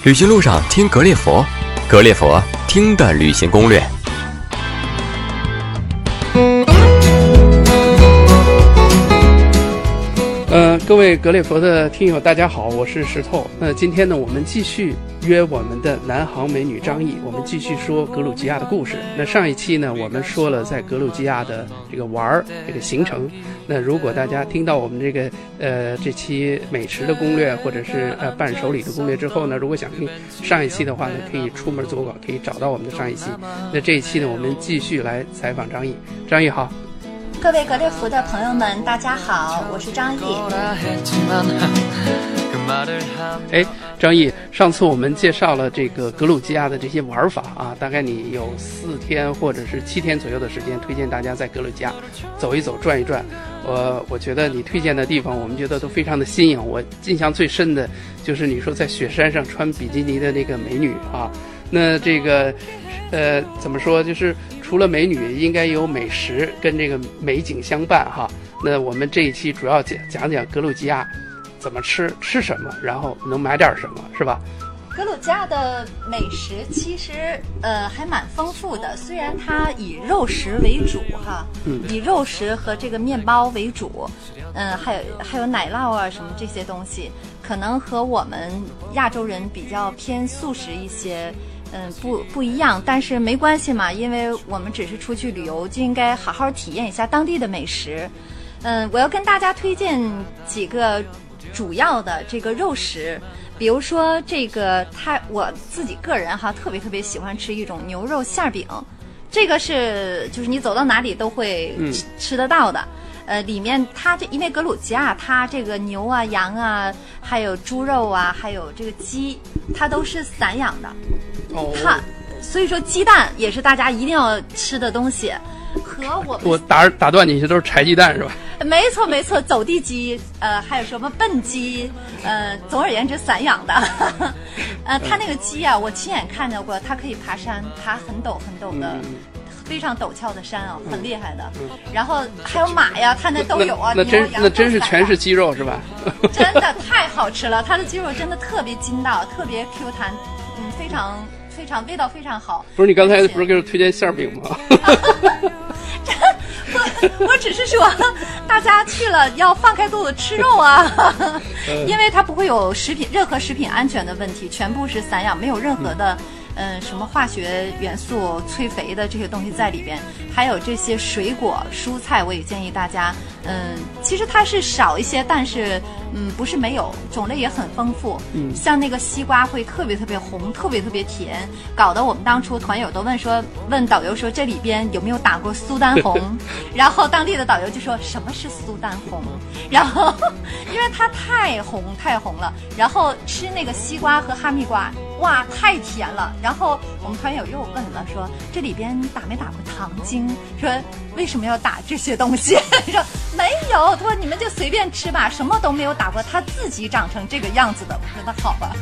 旅行路上听格列佛，格列佛听的旅行攻略。 各位格列佛的听友大家好，我是石头。今天呢，我们继续约我们的南航美女张毅，我们继续说格鲁吉亚的故事。那上一期呢，我们说了在格鲁吉亚的这个玩这个行程。那如果大家听到我们这个这期美食的攻略或者是伴手礼的攻略之后呢，如果想听上一期的话呢，可以出门走稿，可以找到我们的上一期。那这一期呢，我们继续来采访张毅。张毅好。 各位格列佛的朋友们大家好，我是张毅。 张毅，上次我们介绍了这个格鲁吉亚的这些玩法啊，大概你有4天或者是7天左右的时间，推荐大家在格鲁吉亚走一走转一转。我觉得你推荐的地方我们觉得都非常的新颖。我印象最深的就是你说在雪山上穿比基尼的那个美女啊，那这个怎么说，就是除了美女应该有美食跟这个美景相伴哈。那我们这一期主要讲讲格鲁吉亚怎么吃什么，然后能买点什么，是吧？ 格鲁吉亚的美食其实还蛮丰富的，虽然它以肉食为主哈，以肉食和这个面包为主，还有奶酪啊什么这些东西，可能和我们亚洲人比较偏素食一些。不一样，但是没关系嘛，因为我们只是出去旅游，就应该好好体验一下当地的美食。我要跟大家推荐几个主要的这个肉食，比如说这个我自己个人哈特别喜欢吃一种牛肉馅饼，这个就是你走到哪里都会吃得到的。里面因为格鲁吉亚它这个牛啊、羊啊，还有猪肉啊，还有这个鸡，它都是散养的。所以说鸡蛋也是大家一定要吃的东西。和我打断你，这都是柴鸡蛋是吧？ 没错，走地鸡，还有什么笨鸡，总而言之散养的。它那个鸡啊，我亲眼看到过，它可以爬山，爬很陡的。非常陡峭的山啊，很厉害的。然后还有马呀，它那都有啊。 那真是全是鸡肉是吧？ 真的太好吃了，它的鸡肉真的特别筋道，特别 Q 弹，非常味道非常好。 不是你刚才不是给我推荐馅饼吗？ 我只是说大家去了要放开肚子吃肉啊，因为它不会有任何食品安全的问题，全部是散养，没有任何的什么化学元素催肥的这些东西在里边。还有这些水果蔬菜，我也建议大家其实它是少一些，但是不是没有，种类也很丰富。像那个西瓜会特别红，特别甜，搞得我们当初团友都问导游说这里边有没有打过苏丹红然后当地的导游就说什么是苏丹红，然后因为它太红了，然后吃那个西瓜和哈密瓜，哇太甜了。然后我们团友又问了说这里边打没打过糖精，说为什么要打这些东西说没有，他说你们就随便吃吧，什么都没有打过，它自己长成这个样子的。我说那好吧。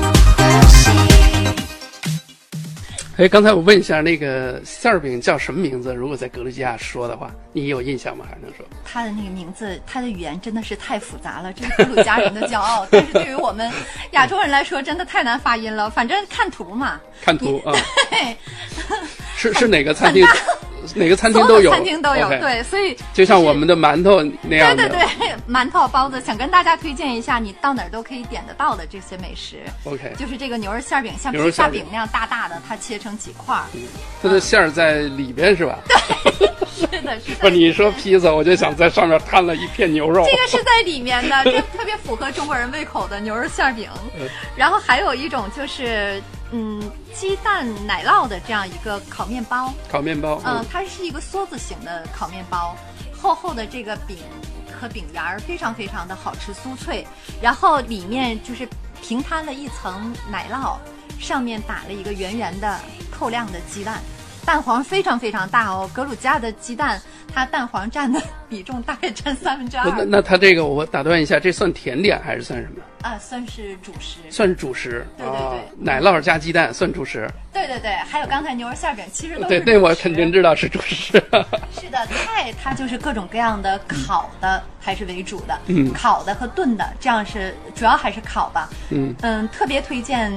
刚才我问一下那个馅饼叫什么名字？如果在格鲁吉亚说的话，你有印象吗？还能说他的那个名字，他的语言真的是太复杂了，这是格鲁吉亚人的骄傲。但是对于我们亚洲人来说，真的太难发音了。反正看图嘛， 看图啊。是哪个餐厅？哪个餐厅都有， 餐厅都有， okay. 对，所以就像我们的馒头那样的， 对，馒头包子，想跟大家推荐一下，你到哪儿都可以点得到的这些美食。 OK， 就是这个牛肉馅饼，像披萨饼那样大的，它切成几块， 它的馅儿在里边是吧？ 对，是的。 不，你说披萨，我就想在上面摊了一片牛肉。 这个是在里面的，这特别符合中国人胃口的牛肉馅饼。然后还有一种就是鸡蛋奶酪的这样一个烤面包，它是一个梭子形的烤面包，厚的这个饼和饼沿儿非常的好吃酥脆，然后里面就是平摊了一层奶酪，上面打了一个圆圆的透亮的鸡蛋，蛋黄非常大哦。格鲁吉亚的鸡蛋它蛋黄占的比重大概占2/3。 那它这个我打断一下，这算甜点还是算什么？ 算是主食。 算是主食。 对。 奶酪加鸡蛋算主食。 对，还有刚才牛肉馅饼，其实都是主食。 对，那我肯定知道是主食。 是的，菜它就是各种各样的烤的还是为主的，烤的和炖的，这样是主要还是烤吧。特别推荐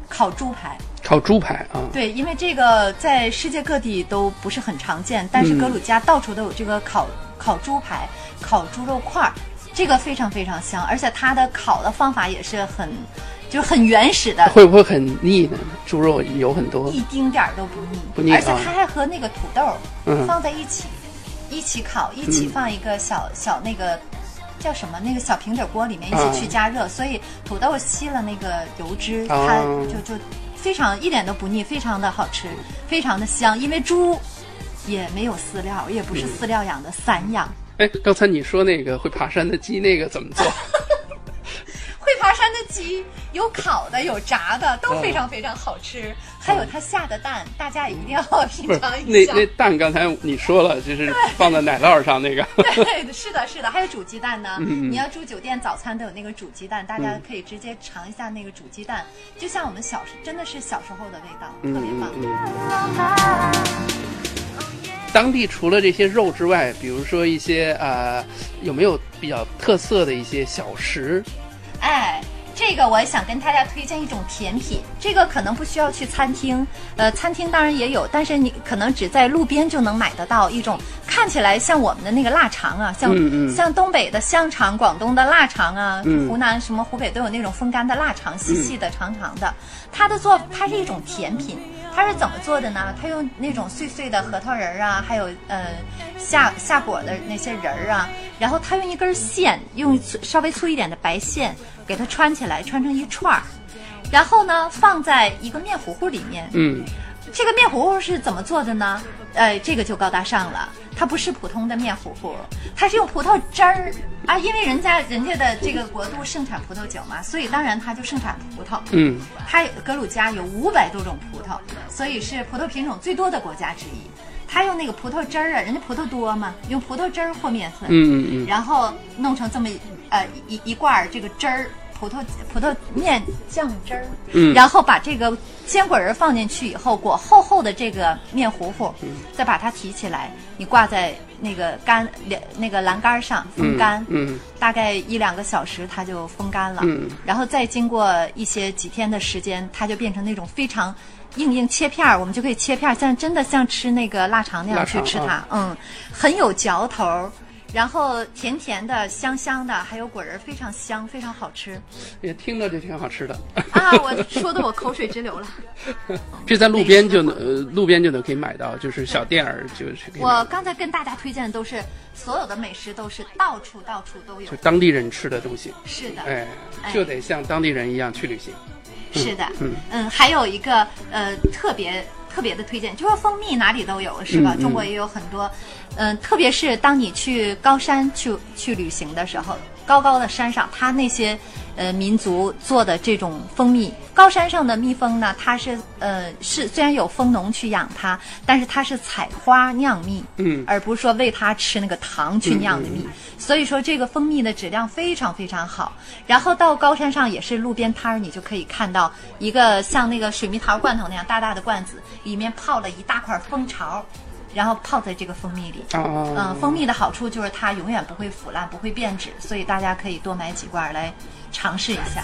烤猪排。 烤猪排啊， 对，因为这个在世界各地都不是很常见，但是格鲁吉亚到处都有这个烤猪排、烤猪肉块儿，这个非常非常香，而且它的烤的方法也是很原始的。 会不会很腻呢？猪肉有很多， 一丁点儿都不腻， 不腻， 而且它还和那个土豆放在一起烤，一起放一个小那个叫什么那个小平底锅里面一起去加热，所以土豆吸了那个油脂，它就非常一点都不腻，非常的好吃，非常的香。因为猪也没有饲料，也不是饲料养的，散养。 哎，刚才你说那个会爬山的鸡，那个怎么做？ 会爬山的鸡有烤的，有炸的，都非常非常好吃。还有它下的蛋，大家一定要品尝一下。 那蛋刚才你说了，就是放在奶酪上那个。 对，是的，是的，还有煮鸡蛋呢。你要住酒店早餐都有那个煮鸡蛋，大家可以直接尝一下那个煮鸡蛋，就像我们真的是小时候的味道，特别棒。 当地除了这些肉之外，比如说一些有没有比较特色的一些小食？ 哎，这个我想跟大家推荐一种甜品，这个可能不需要去餐厅，餐厅当然也有，但是你可能只在路边就能买得到一种看起来像我们的那个腊肠啊，像东北的香肠、广东的腊肠啊，湖南什么湖北都有那种风干的腊肠，细细的、长长的。它是一种甜品。它是怎么做的呢？它用那种碎碎的核桃仁啊，还有下果的那些仁儿啊，然后它用一根线，用稍微粗一点的白线给它穿起来，穿成一串儿，然后呢放在一个面糊糊里面。这个面糊糊是怎么做的呢？这个就高大上了，它不是普通的面糊糊，它是用葡萄汁儿啊，因为人家的这个国度盛产葡萄酒嘛，所以当然它就盛产葡萄。它格鲁吉亚有500多种葡萄，所以是葡萄品种最多的国家之一。它用那个葡萄汁儿啊，人家葡萄多嘛，用葡萄汁儿和面粉，然后弄成这么一罐这个汁儿。葡萄面酱汁儿，然后把这个坚果仁放进去以后，裹厚厚的这个面糊糊，再把它提起来，你挂在那个栏杆上风干，大概1-2个小时它就风干了，然后再经过几天的时间，它就变成那种非常硬切片儿，我们就可以切片儿，真的像吃那个腊肠那样去吃它，很有嚼头。然后甜甜的、香香的，还有果仁非常香，非常好吃。 也听着就挺好吃的啊！我说的我口水直流了。 这在路边就能可以买到，就是小店儿就是可以。 我刚才跟大家推荐的都是所有的美食，都是到处都有， 就当地人吃的东西。 是的， 就得像当地人一样去旅行。 是的，还有一个特别的推荐，就是蜂蜜哪里都有，是吧？中国也有很多。特别是当你去高山去旅行的时候，高的山上，它那些民族做的这种蜂蜜，高山上的蜜蜂呢，它是虽然有蜂农去养它，但是它是采花酿蜜，而不是说喂它吃那个糖去酿的蜜，所以说这个蜂蜜的质量非常非常好。然后到高山上也是路边摊儿，你就可以看到一个像那个水蜜桃罐头那样大大的罐子，里面泡了一大块蜂巢。然后泡在这个蜂蜜里，蜂蜜的好处就是它永远不会腐烂，不会变质，所以大家可以多买几罐来尝试一下。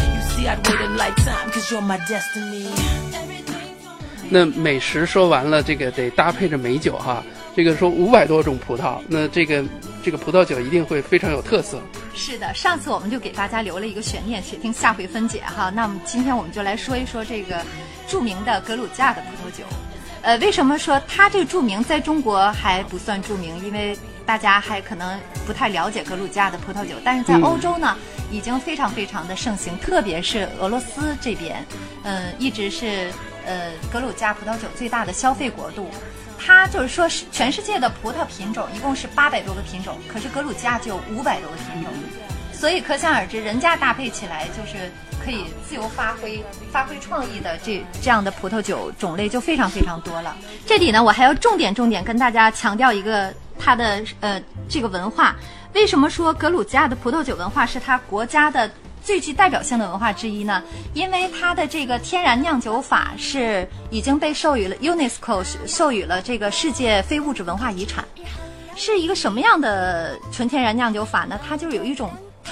那美食说完了，这个得搭配着美酒哈。这个说500多种葡萄，那这个葡萄酒一定会非常有特色。 是的，上次我们就给大家留了一个悬念，且听下回分解哈。那么今天我们就来说一说这个著名的格鲁吉亚的葡萄酒。为什么说它这个著名，在中国还不算著名？因为大家还可能不太了解格鲁吉亚的葡萄酒，但是在欧洲呢，已经非常非常的盛行，特别是俄罗斯这边，一直是格鲁吉亚葡萄酒最大的消费国度。它就是说，全世界的葡萄品种一共是800多个品种，可是格鲁吉亚就有500多个品种，所以可想而知，人家搭配起来就是可以自由发挥创意的这样的葡萄酒种类就非常非常多了。这里呢，我还要重点跟大家强调一个它的这个文化。为什么说格鲁吉亚的葡萄酒文化是它国家的最具代表性的文化之一呢？因为它的这个天然酿酒法是已经被授予了 UNESCO 授予了这个世界非物质文化遗产。是一个什么样的纯天然酿酒法呢？它就有一种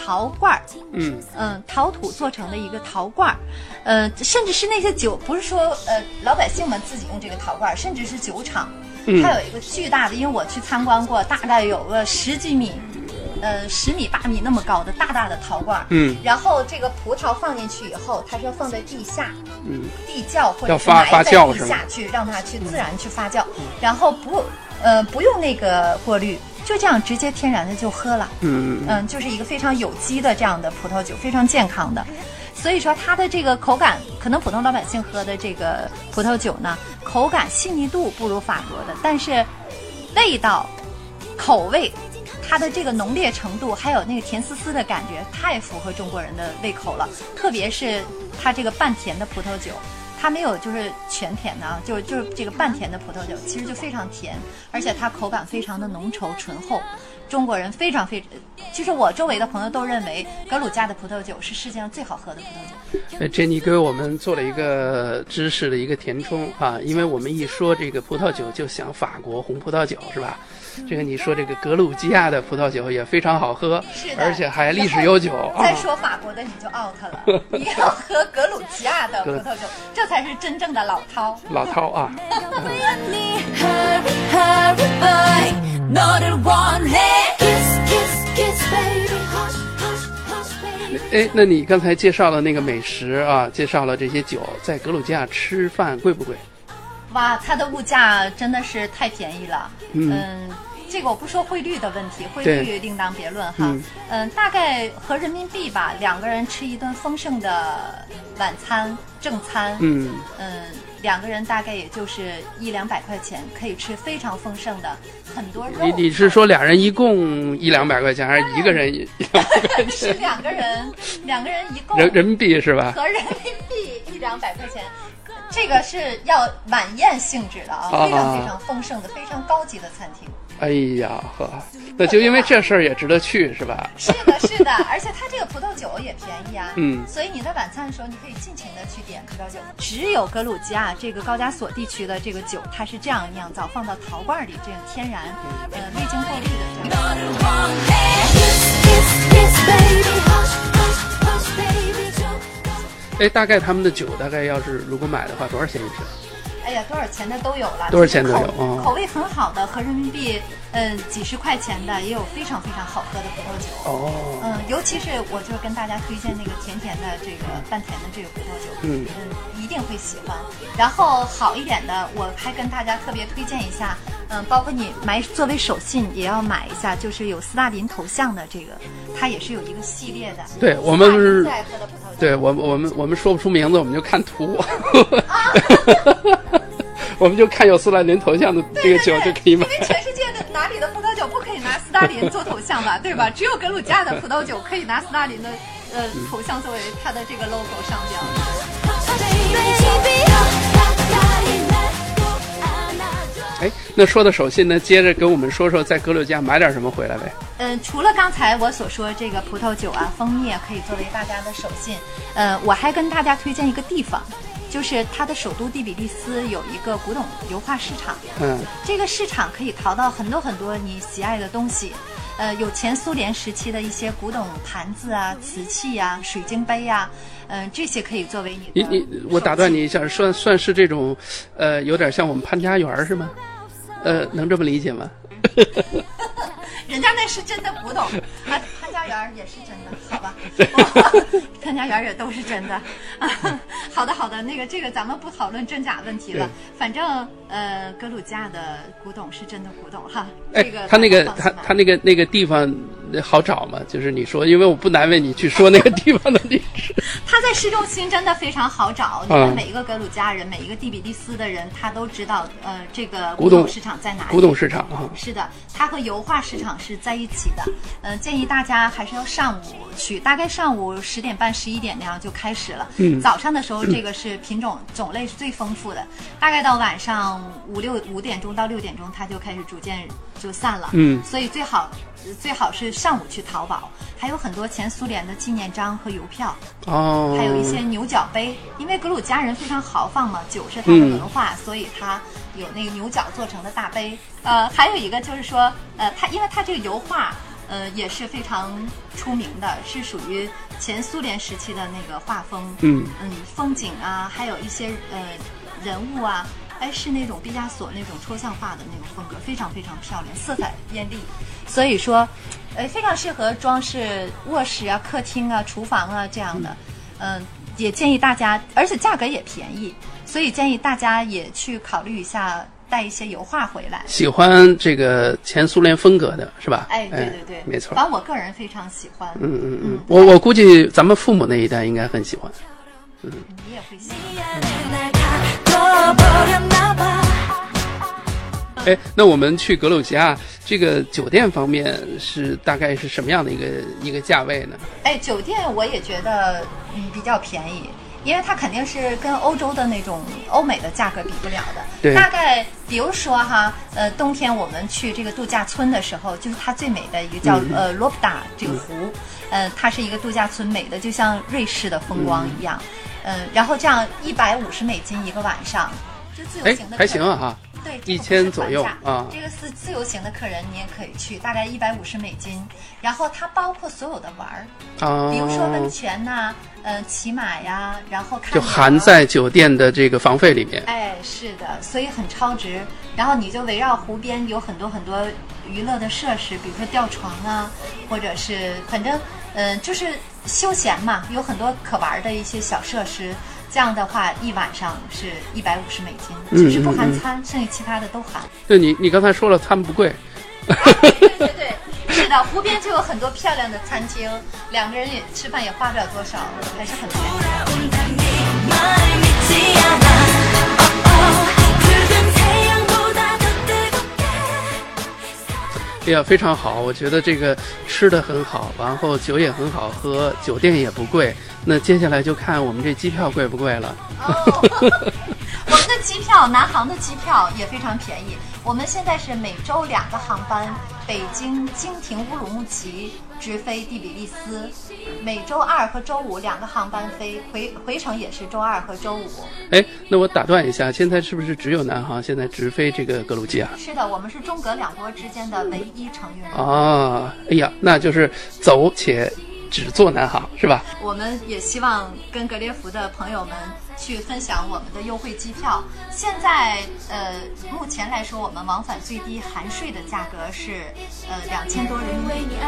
陶罐，陶土做成的一个陶罐，甚至是那些酒，不是说老百姓们自己用这个陶罐，甚至是酒厂，它有一个巨大的，因为我去参观过，大概有个10几米。10米8米那么高的大大的陶罐，然后这个葡萄放进去以后，它是要放在地下，地窖或者是埋在地下去，让它去自然去发酵，然后不用那个过滤，就这样直接天然的就喝了，就是一个非常有机的这样的葡萄酒，非常健康的。所以说它的这个口感，可能普通老百姓喝的这个葡萄酒呢，口感细腻度不如法国的，但是味道、口味。它的这个浓烈程度，还有那个甜丝丝的感觉，太符合中国人的胃口了。特别是它这个半甜的葡萄酒，它没有就是全甜的，就是这个半甜的葡萄酒，其实就非常甜，而且它口感非常的浓稠醇厚。中国人非常，其实我周围的朋友都认为格鲁吉亚的葡萄酒是世界上最好喝的葡萄酒。 珍妮给我们做了一个知识的一个填充啊，因为我们一说这个葡萄酒就想法国红葡萄酒是吧？这个你说这个格鲁吉亚的葡萄酒也非常好喝， 是的， 而且还历史悠久。 再说法国的你就 out 了，你要喝格鲁吉亚的葡萄酒，这才是真正的老饕。 老饕啊。哎，那你刚才介绍了那个美食啊，介绍了这些酒，在格鲁吉亚吃饭贵不贵？ 哇，它的物价真的是太便宜了。这个我不说汇率的问题，汇率另当别论哈。大概合人民币吧，2个人吃一顿丰盛的晚餐正餐，2个人大概也就是100-200块钱，可以吃非常丰盛的很多肉。 你是说2人一共100-200块钱，还是一个人100块钱？ 是2个人一共人民币是吧？ 合人民币100-200块钱。这个是要晚宴性质的啊，非常非常丰盛的、非常高级的餐厅。 哎呀呵，那就因为这事儿也值得去是吧？ 是的，是的，而且它这个葡萄酒也便宜啊。所以你在晚餐的时候，你可以尽情的去点葡萄酒。只有格鲁吉亚这个高加索地区的这个酒，它是这样酿造，放到陶罐里，这样天然，未经过滤的这样。 哎，大概他们的酒大概要是如果买的话，多少钱一瓶？ 哎呀，多少钱的都有了， 多少钱都有， 口味很好的，合人民币几十块钱的，也有非常非常好喝的葡萄酒。尤其是我就跟大家推荐那个甜甜的这个半甜的这个葡萄酒，一定会喜欢。然后好一点的，我还跟大家特别推荐一下，包括你作为手信也要买一下，就是有斯大林头像的这个，它也是有一个系列的。 对，我们是最爱喝的葡萄酒。 对我们说不出名字，我们就看图。我们就看有斯大林头像的这个酒就可以买。 因为全世界的哪里的葡萄酒不可以拿斯大林做头像吧，对吧？只有格鲁吉亚的葡萄酒可以拿斯大林的头像作为它的这个 logo 上标。 哎，那说到手信呢，接着跟我们说说在格鲁吉亚买点什么回来呗。 除了刚才我所说这个葡萄酒啊、蜂蜜啊，可以作为大家的手信。我还跟大家推荐一个地方。就是它的首都第比利斯有一个古董油画市场，这个市场可以淘到很多很多你喜爱的东西，有前苏联时期的一些古董盘子啊、瓷器啊、水晶杯啊，这些可以作为我打断你一下，算是这种，有点像我们潘家园是吗？能这么理解吗？ 人家那是真的古董啊，潘家园也是真的，好吧？潘家园也都是真的。好的，那个这个咱们不讨论真假问题了。反正格鲁吉亚的古董是真的古董哈。这个他那个地方好找吗？就是你说，因为我不难为你去说那个地方的历史。 他在市中心真的非常好找，你们每一个格鲁吉亚人，每一个第比利斯的人，他都知道这个古董市场在哪里。 古董市场啊， 是的，它和油画市场是在一起的。建议大家还是要上午去，大概上午10点半、11点那样就开始了。早上的时候这个是品种类是最丰富的，大概到晚上5点钟到6点钟，它就开始逐渐就散了。所以最好是上午去淘宝，还有很多前苏联的纪念章和邮票，还有一些牛角杯，因为格鲁吉亚人非常豪放嘛，酒是他的文化，所以他有那个牛角做成的大杯。还有一个就是说，因为它这个油画也是非常出名的，是属于前苏联时期的那个画风，风景啊，还有一些人物啊，是那种毕加索那种抽象画的那种风格，非常非常漂亮，色彩艳丽，所以说，非常适合装饰卧室啊、客厅啊、厨房啊这样的，也建议大家，而且价格也便宜，所以建议大家也去考虑一下。带一些油画回来， 喜欢这个前苏联风格的是吧？ 对对对， 没错。 反正我个人非常喜欢。 我估计咱们父母那一代应该很喜欢。 你也会喜欢。那我们去格鲁吉亚这个酒店方面是大概是什么样的一个价位呢？ 酒店我也觉得比较便宜。因为它肯定是跟欧洲的那种欧美的价格比不了的。 对。 大概比如说哈，冬天我们去这个度假村的时候，就是它最美的一个叫罗普达这个湖，它是一个度假村，美的就像瑞士的风光一样。然后这样$150一个晚上，就自由行的。 还行啊哈。 对 ，1000左右啊。 这个是自由行的客人，你也可以去，大概$150。然后它包括所有的玩儿，比如说温泉呐、骑马呀，然后看就含在酒店的这个房费里面。 是的，所以很超值。然后你就围绕湖边有很多很多娱乐的设施，比如说吊床啊，或者是反正就是休闲嘛，有很多可玩的一些小设施。这样的话，一晚上是$150，只是不含餐，剩下其他的都含。 对，你刚才说了餐不贵。 对，是的，湖边就有很多漂亮的餐厅，两个人也吃饭也花不了多少，还是很便宜。 非常好，我觉得这个吃的很好，然后酒也很好喝，酒店也不贵。那接下来就看我们这机票贵不贵了。 我们的机票，南航的机票也非常便宜。我们现在是每周2个航班，北京经停乌鲁木齐直飞第比利斯，每周2和周52个航班飞，回程也是周2和周5。 那我打断一下，现在是不是只有南航现在直飞这个格鲁吉亚？ 是的，我们是中格两国之间的唯一承运。 那就是走且只坐南航是吧？ 我们也希望跟格列佛的朋友们去分享我们的优惠机票。现在目前来说，我们往返最低含税的价格是2000多人民币。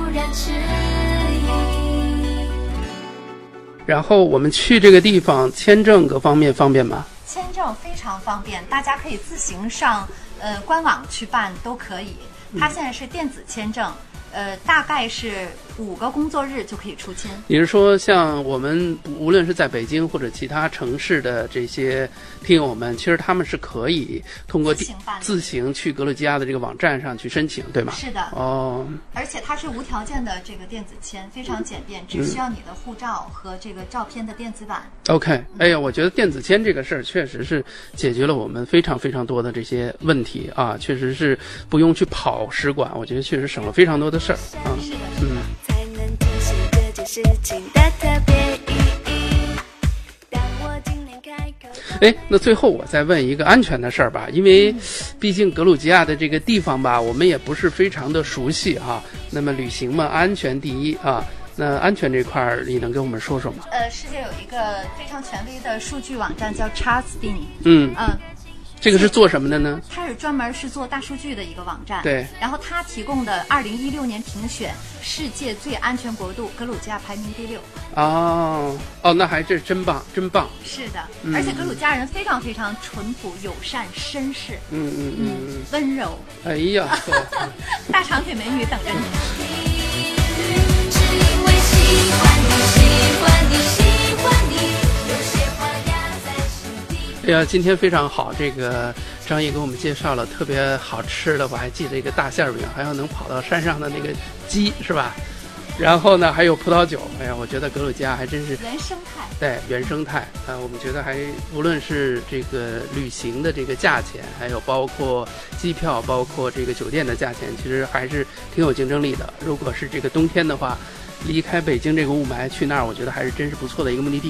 然后我们去这个地方，签证各方面方便吗？ 签证非常方便，大家可以自行上官网去办都可以。它现在是电子签证。大概是5个工作日就可以出签。 你是说，像我们无论是在北京或者其他城市的这些听友们，其实他们是可以通过自行去格鲁吉亚的这个网站上去申请，对吗？ 是的。而且它是无条件的这个电子签，非常简便，只需要你的护照和这个照片的电子版。 OK， 我觉得电子签这个事儿确实是解决了我们非常非常多的这些问题啊，确实是不用去跑使馆，我觉得确实省了非常多的事儿啊。 是的， 才能体现这件事情的特别意义。当我今天开口。 那最后我再问一个安全的事儿吧，因为毕竟格鲁吉亚的这个地方吧，我们也不是非常的熟悉啊。那么旅行嘛，安全第一啊。那安全这块儿，你能跟我们说说吗？ 世界有一个非常权威的数据网站叫 Trustini。 这个是做什么的呢？ 它是专门是做大数据的一个网站。 对。 然后它提供的2016年评选世界最安全国度，格鲁吉亚排名第6。 那还是真棒，真棒。 是的，而且格鲁吉亚人非常非常淳朴、友善、绅士。温柔。大长腿美女等着你。 是因为喜欢你，喜欢你，喜欢你，有些话压在心底。 今天非常好，这个张毅给我们介绍了特别好吃的，我还记得一个大馅饼，还有能跑到山上的那个鸡，是吧？然后呢，还有葡萄酒。我觉得格鲁吉亚还真是原生态。 对，原生态我们觉得还无论是这个旅行的这个价钱，还有包括机票，包括这个酒店的价钱，其实还是挺有竞争力的。如果是这个冬天的话，离开北京这个雾霾去那儿，我觉得还是真是不错的一个目的地。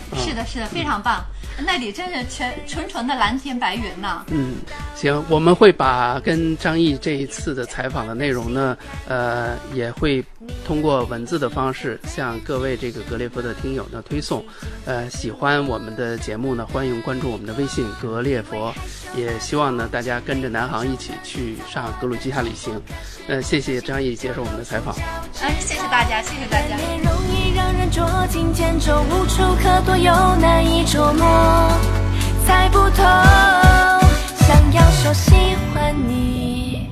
是的，是的，非常棒。那里真是纯纯的蓝天白云呐。 行，我们会把跟张毅这一次的采访的内容呢，也会通过文字的方式向各位这个格列佛的听友呢推送。喜欢我们的节目呢，欢迎关注我们的微信格列佛，也希望呢大家跟着南航一起去上格鲁吉亚旅行。谢谢张毅接受我们的采访。 谢谢大家，谢谢大家。 容易让人捉襟见肘，无处可躲又难以捉摸，猜不透，想要说喜欢你。